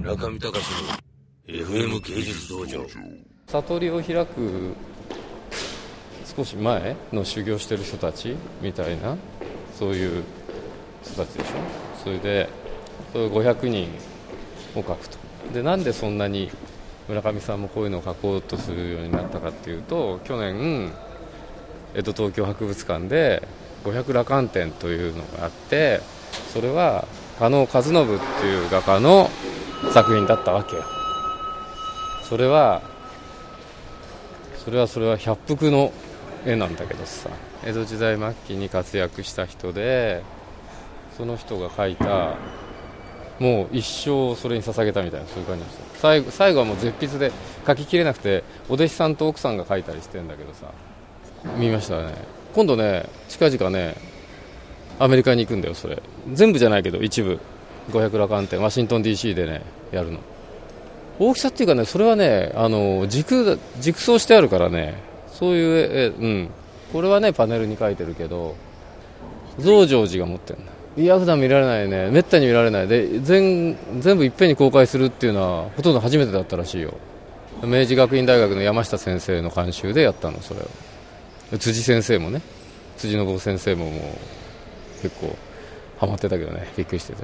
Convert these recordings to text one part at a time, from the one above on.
村上隆の FM 芸術道場。 悟りを開く少し前の修行してる人たちみたいな、そういう人たちでしょ。それで500人を書くと。でなんでそんなに村上さんもこういうのを書こうとするようになったかっていうと、去年江戸東京博物館で500羅漢展というのがあって、それは加納和信っていう画家の作品だったわけよ。それは百幅の絵なんだけどさ、江戸時代末期に活躍した人で、その人が描いた、もう一生それに捧げたみたいな、そういう感じですよ。最後はもう絶筆で描ききれなくて、お弟子さんと奥さんが描いたりしてるんだけどさ、見ましたね。今度ね、近々ね、アメリカに行くんだよ。それ全部じゃないけど一部、500羅漢展ワシントン DC でねやるの。大きさっていうかね、それはね軸装してあるからね、そういうこれはねパネルに書いてるけど、増上寺が持ってるんだ。いや普段見られないね、めったに見られないで、全部いっぺんに公開するっていうのはほとんど初めてだったらしいよ。明治学院大学の山下先生の監修でやったの。それを辻先生もね、辻信夫先生ももう結構ハマってたけどね、びっくりしてた。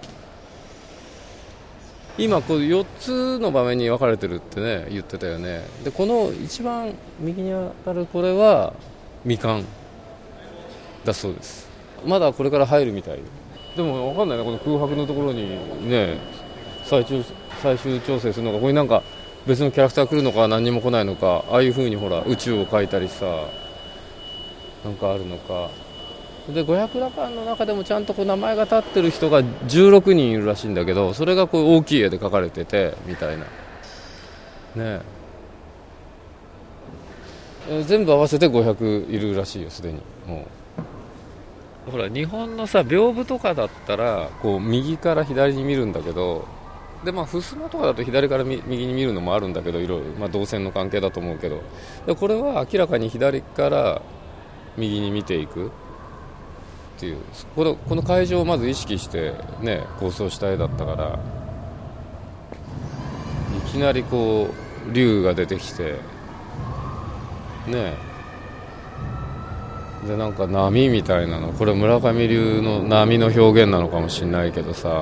今こう4つの場面に分かれてるってね言ってたよね。でこの一番右に当たるこれは未完だそうです。まだこれから入るみたいでも分かんないな、この空白のところにね最終調整するのか、ここになんか別のキャラクター来るのか何にも来ないのか、ああいう風にほら宇宙を描いたりさ、なんかあるのかで、500羅漢の中でもちゃんとこう名前が立ってる人が16人いるらしいんだけど、それがこう大きい絵で描かれててみたいなね全部合わせて500いるらしいよすでに。もうほら日本のさ屏風とかだったらこう右から左に見るんだけど、で襖とかだと左から右に見るのもあるんだけど、いろいろ動線の関係だと思うけど、でこれは明らかに左から右に見ていくっていう、この会場をまず意識してね構想した絵だったから、いきなりこう竜が出てきてねで、なんか波みたいなの、これ村上流の波の表現なのかもしれないけどさ、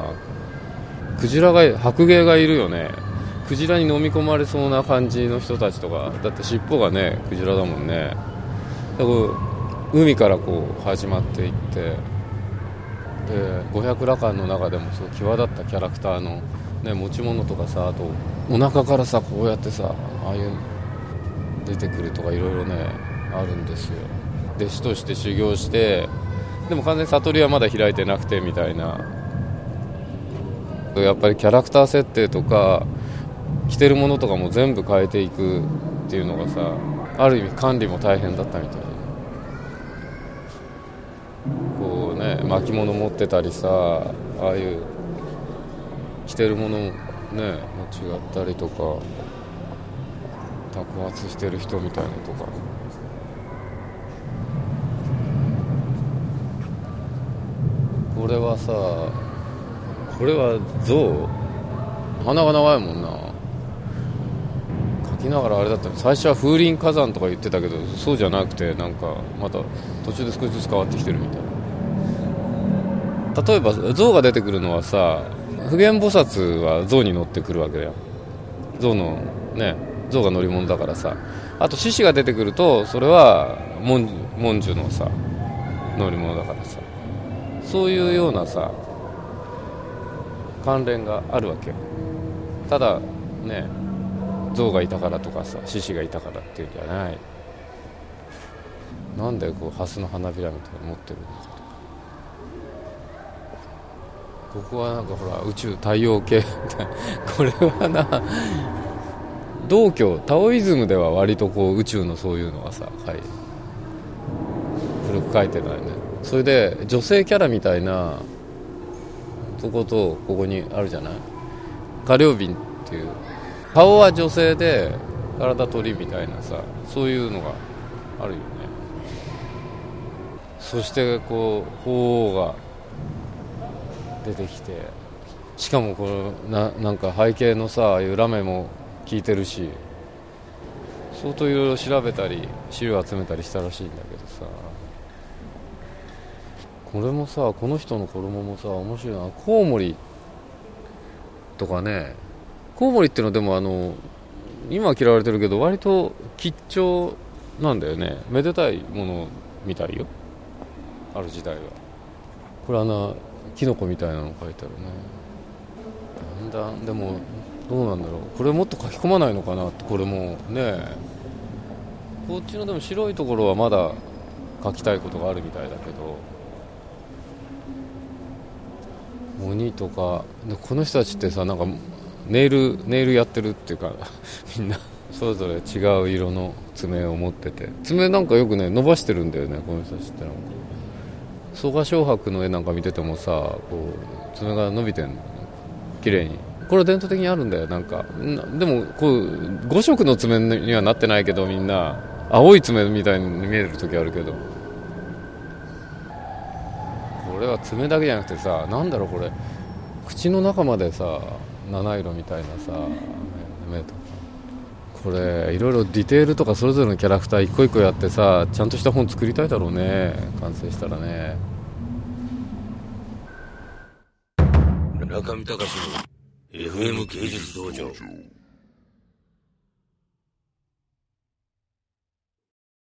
白鯨がいるよね。クジラに飲み込まれそうな感じの人たちとか、だって尻尾がねクジラだもんね。だから海からこう始まっていって、で500羅漢の中でもそう際立ったキャラクターの、ね、持ち物とかさ、あとお腹からさこうやってさああいう出てくるとかいろいろねあるんですよ。弟子として修行して、でも完全に悟りはまだ開いてなくてみたいな。やっぱりキャラクター設定とか着てるものとかも全部変えていくっていうのがさ、ある意味管理も大変だったみたいな。こうね巻物持ってたりさ、ああいう着てるものね違ったりとか、托発してる人みたいなとか、これはさ、これは象、鼻が長いもんな。描きながらあれだったの、最初は風林火山とか言ってたけど、そうじゃなくて、なんかまた途中で少しずつ変わってきてるみたいな。例えば象が出てくるのはさ、普賢菩薩は象に乗ってくるわけだよ。象が乗り物だからさ。あと獅子が出てくると、それは文殊のさ乗り物だからさ、そういうようなさ関連があるわけ。ただね象がいたからとかさ獅子がいたからっていうんじゃない。なんでこうハスの花びらみたいに持ってるのかとか、ここはなんかほら宇宙太陽系これはな道教タオイズムでは割とこう宇宙のそういうのがさ、古く書いてないね。それで女性キャラみたいなとことここにあるじゃない、花稜瓶っていう、顔は女性で体鳥みたいなさ、そういうのがあるよね。そしてこう鳳凰が出てきて、 しかもこのなんか背景のさ、ああいうラメも効いてるし、相当いろいろ調べたり資料集めたりしたらしいんだけどさ、これもさ、この人の衣もさ面白いな。コウモリとかね、コウモリっていうのはでも今は嫌われてるけど割と吉兆なんだよね。めでたいものみたいよ、ある時代は。これキノコみたいなの書いてあるね。だんだんでもどうなんだろう、これもっと書き込まないのかなって。これもね、こっちのでも白いところはまだ書きたいことがあるみたいだけど、鬼とかで、この人たちってさ、なんかネイルやってるっていうかみんなそれぞれ違う色の爪を持ってて、爪なんかよくね伸ばしてるんだよね、この人たちってのは。蘇我蕭白の絵なんか見ててもさ、こう爪が伸びてんの綺麗に。これ伝統的にあるんだよ。なんかでもこう5色の爪にはなってないけど、みんな青い爪みたいに見える時あるけど、これは爪だけじゃなくてさ、なんだろう、これ口の中までさ七色みたいなさ目とか、これいろいろディテールとかそれぞれのキャラクター一個一個やってさ、ちゃんとした本作りたいだろうね、完成したらね。 中見隆の FM 芸術道場。